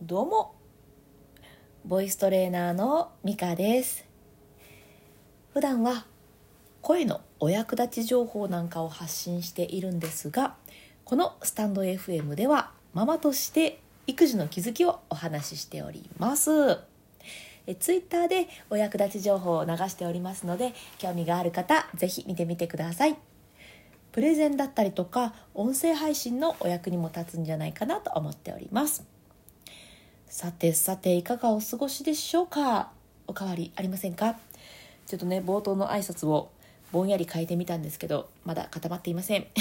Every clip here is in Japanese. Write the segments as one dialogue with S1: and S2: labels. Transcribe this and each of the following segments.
S1: どうも、ボイストレーナーのミカです。普段は声のお役立ち情報なんかを発信しているんですが、このスタンド FM ではママとして育児の気づきをお話ししております。ツイッターでお役立ち情報を流しておりますので、興味がある方ぜひ見てみてください。プレゼンだったりとか音声配信のお役にも立つんじゃないかなと思っております。さていかがお過ごしでしょうか。お変わりありませんか。ちょっとね、冒頭の挨拶をぼんやり変えてみたんですけど、まだ固まっていませんい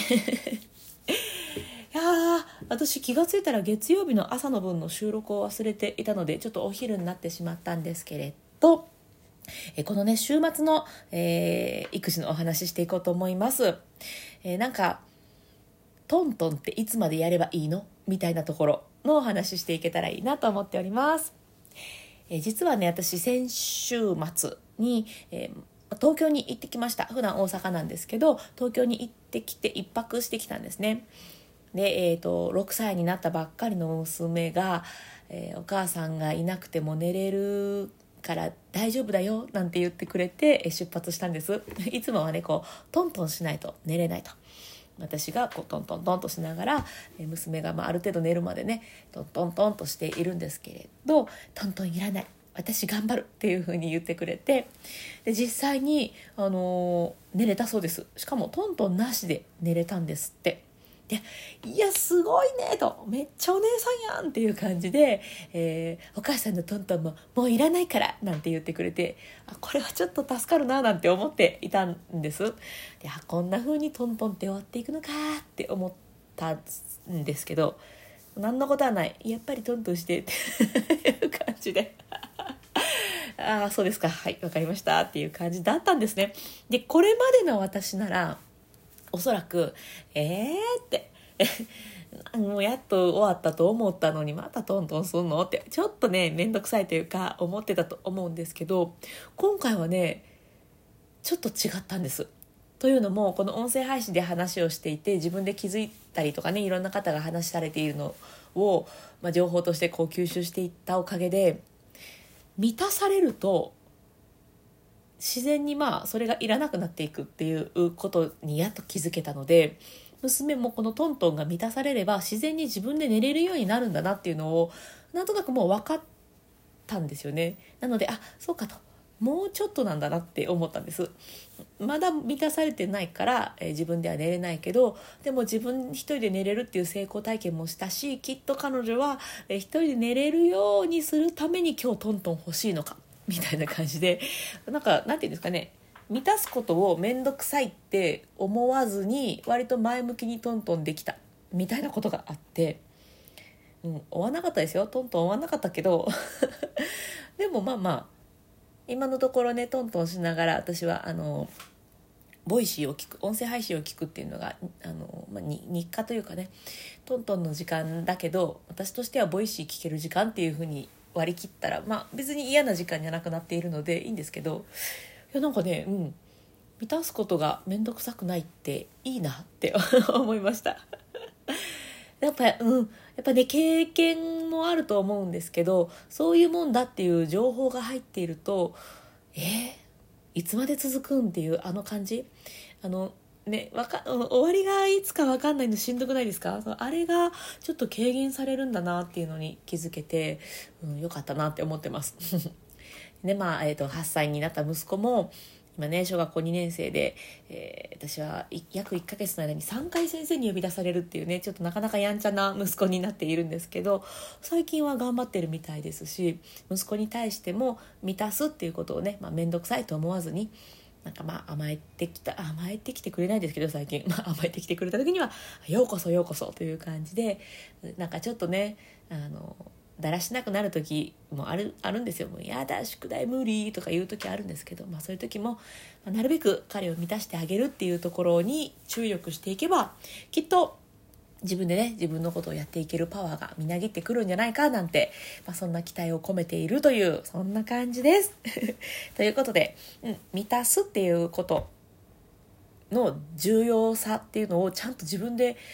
S1: やー、私気がついたら月曜日の朝の分の収録を忘れていたので、ちょっとお昼になってしまったんですけれど、このね、週末の、育児のお話ししていこうと思います。なんかトントンっていつまでやればいいのみたいなところのお話ししていけたらいいなと思っております。実はね、私先週末に、東京に行ってきました。普段大阪なんですけど、東京に行ってきて一泊してきたんですね。で、6歳になったばっかりの娘が、お母さんがいなくても寝れるから大丈夫だよなんて言ってくれて出発したんです。いつもはね、こうトントンしないと寝れないと、私がこうトントントンとしながら、娘がある程度寝るまでね、トントントンとしているんですけれど、トントンいらない、私頑張るっていう風に言ってくれて、で実際に、寝れたそうです。しかもトントンなしで寝れたんですって。で、いやすごいねと、めっちゃお姉さんやんっていう感じで、お母さんのトントンもういらないからなんて言ってくれて、これはちょっと助かるななんて思っていたんです。で、こんな風にトントンって終わっていくのかって思ったんですけど、何のことはない、やっぱりトントンしてっていう感じでそうですか、はい、わかりましたっていう感じだったんですね。で、これまでの私ならおそらくってもうやっと終わったと思ったのにまたトントンすんのってちょっとね、めんどくさいというか思ってたと思うんですけど、今回はねちょっと違ったんです。というのも、この音声配信で話をしていて、自分で気づいたりとかね、いろんな方が話されているのを、情報としてこう吸収していったおかげで、満たされると自然にそれがいらなくなっていくっていうことにやっと気づけたので、娘もこのトントンが満たされれば自然に自分で寝れるようになるんだなっていうのをなんとなくもう分かったんですよね。なので、そうかと、もうちょっとなんだなって思ったんです。まだ満たされてないから、自分では寝れないけど、でも自分一人で寝れるっていう成功体験もしたし、きっと彼女は、一人で寝れるようにするために今日トントン欲しいのかみたいな感じで、なんていうんですかね、満たすことをめんどくさいって思わずに割と前向きにトントンできたみたいなことがあって、終わんなかったですよ、トントン終わんなかったけどでも今のところね、トントンしながら私はボイシーを聞く、音声配信を聞くっていうのが日課というかね、トントンの時間だけど私としてはボイシー聞ける時間っていう風に割り切ったら、別に嫌な時間じゃなくなっているのでいいんですけど、いやなんかね、満たすことがめんどくさくないっていいなって思いましたやっぱね、経験もあると思うんですけど、そういうもんだっていう情報が入っていると、いつまで続くんっていう感じ、終わりがいつか分かんないのしんどくないですか。あれがちょっと軽減されるんだなっていうのに気づけて、よかったなって思ってますで、8歳になった息子も今ね、小学校2年生で、私は約1ヶ月の間に3回先生に呼び出されるっていうね、ちょっとなかなかやんちゃな息子になっているんですけど、最近は頑張ってるみたいですし、息子に対しても満たすっていうことをね、めんどくさいと思わずに、甘えてきてくれないですけど最近、甘えてきてくれた時にはようこそようこそという感じで、ちょっとね、だらしなくなる時もあるんですよ。もうやだ宿題無理とかいう時あるんですけど、そういう時も、なるべく彼を満たしてあげるっていうところに注力していけば、きっと自分でね、自分のことをやっていけるパワーがみなぎってくるんじゃないかなんて、そんな期待を込めているという、そんな感じですということで、満たすっていうことの重要さっていうのをちゃんと自分で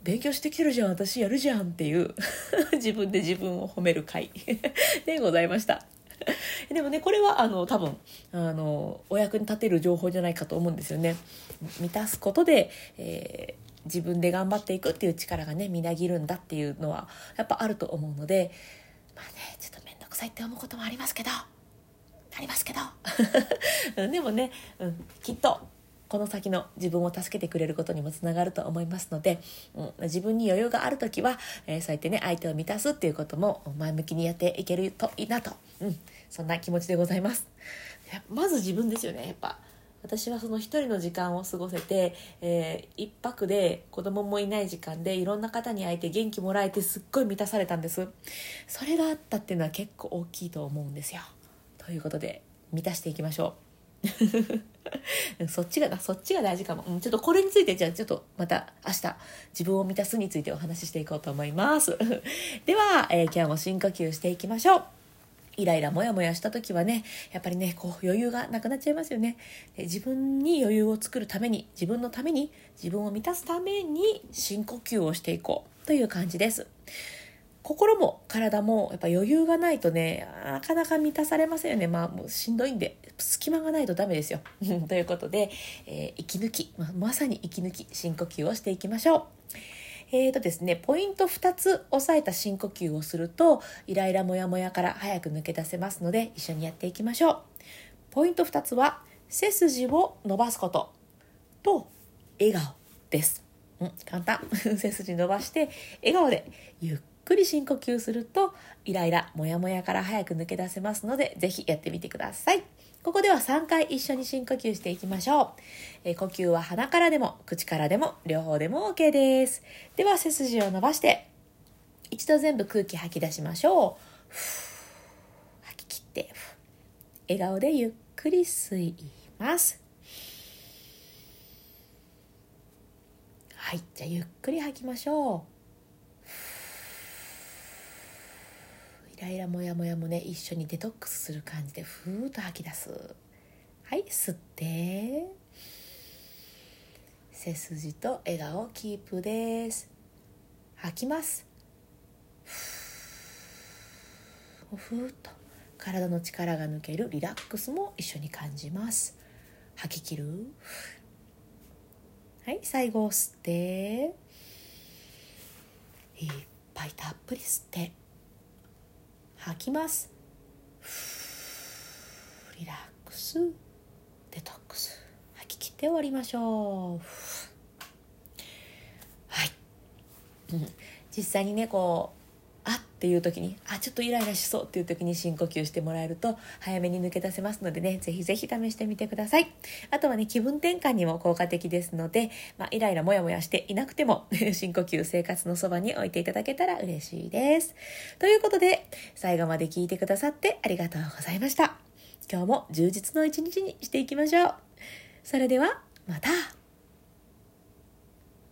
S1: 勉強してきてるじゃん、私やるじゃんっていう自分で自分を褒める回でございました。でもね、これは多分お役に立てる情報じゃないかと思うんですよね。満たすことで、自分で頑張っていくっていう力がねみなぎるんだっていうのはやっぱあると思うので、まあね、ちょっと面倒くさいって思うこともありますけどでもね、きっとこの先の自分を助けてくれることにもつながると思いますので、自分に余裕があるときは、そうやってね相手を満たすっていうことも前向きにやっていけるといいなと、そんな気持ちでございます。まず自分ですよね。やっぱ私はその一人の時間を過ごせて、一泊で子供もいない時間でいろんな方に会えて元気もらえてすっごい満たされたんです。それがあったっていうのは結構大きいと思うんですよ。ということで満たしていきましょうそっちが大事かも、ちょっとこれについてじゃあちょっとまた明日自分を満たすについてお話ししていこうと思いますでは、今日も深呼吸していきましょう。イライラモヤモヤした時はね、やっぱりねこう余裕がなくなっちゃいますよね。で自分に余裕を作るために、自分のために、自分を満たすために深呼吸をしていこうという感じです。心も体もやっぱ余裕がないとねなかなか満たされませんよね。もうしんどいんで隙間がないとダメですよということで、息抜き、まさに息抜き深呼吸をしていきましょう。ですね、ポイント2つ押さえた深呼吸をするとイライラモヤモヤから早く抜け出せますので一緒にやっていきましょう。ポイント2つは背筋を伸ばすことと笑顔です。簡単背筋伸ばして笑顔でゆっくり深呼吸するとイライラモヤモヤから早く抜け出せますのでぜひやってみてください。ここでは3回一緒に深呼吸していきましょう。呼吸は鼻からでも口からでも両方でも OK です。では背筋を伸ばして一度全部空気吐き出しましょう。吐き切って笑顔でゆっくり吸います。はい、じゃあゆっくり吐きましょう。イライラモヤモヤもね一緒にデトックスする感じでふーっと吐き出す。はい、吸って背筋と笑顔キープです。吐きます。ふーっと体の力が抜けるリラックスも一緒に感じます。吐き切る。はい、最後吸っていっぱいたっぷり吸って吐きます。リラックスデトックス吐き切って終わりましょう。はい、実際にねこうっていう時にちょっとイライラしそうっていう時に深呼吸してもらえると早めに抜け出せますのでね、ぜひぜひ試してみてください。あとはね気分転換にも効果的ですので、イライラモヤモヤしていなくても深呼吸生活のそばに置いていただけたら嬉しいです。ということで最後まで聞いてくださってありがとうございました。今日も充実の一日にしていきましょう。それではまた。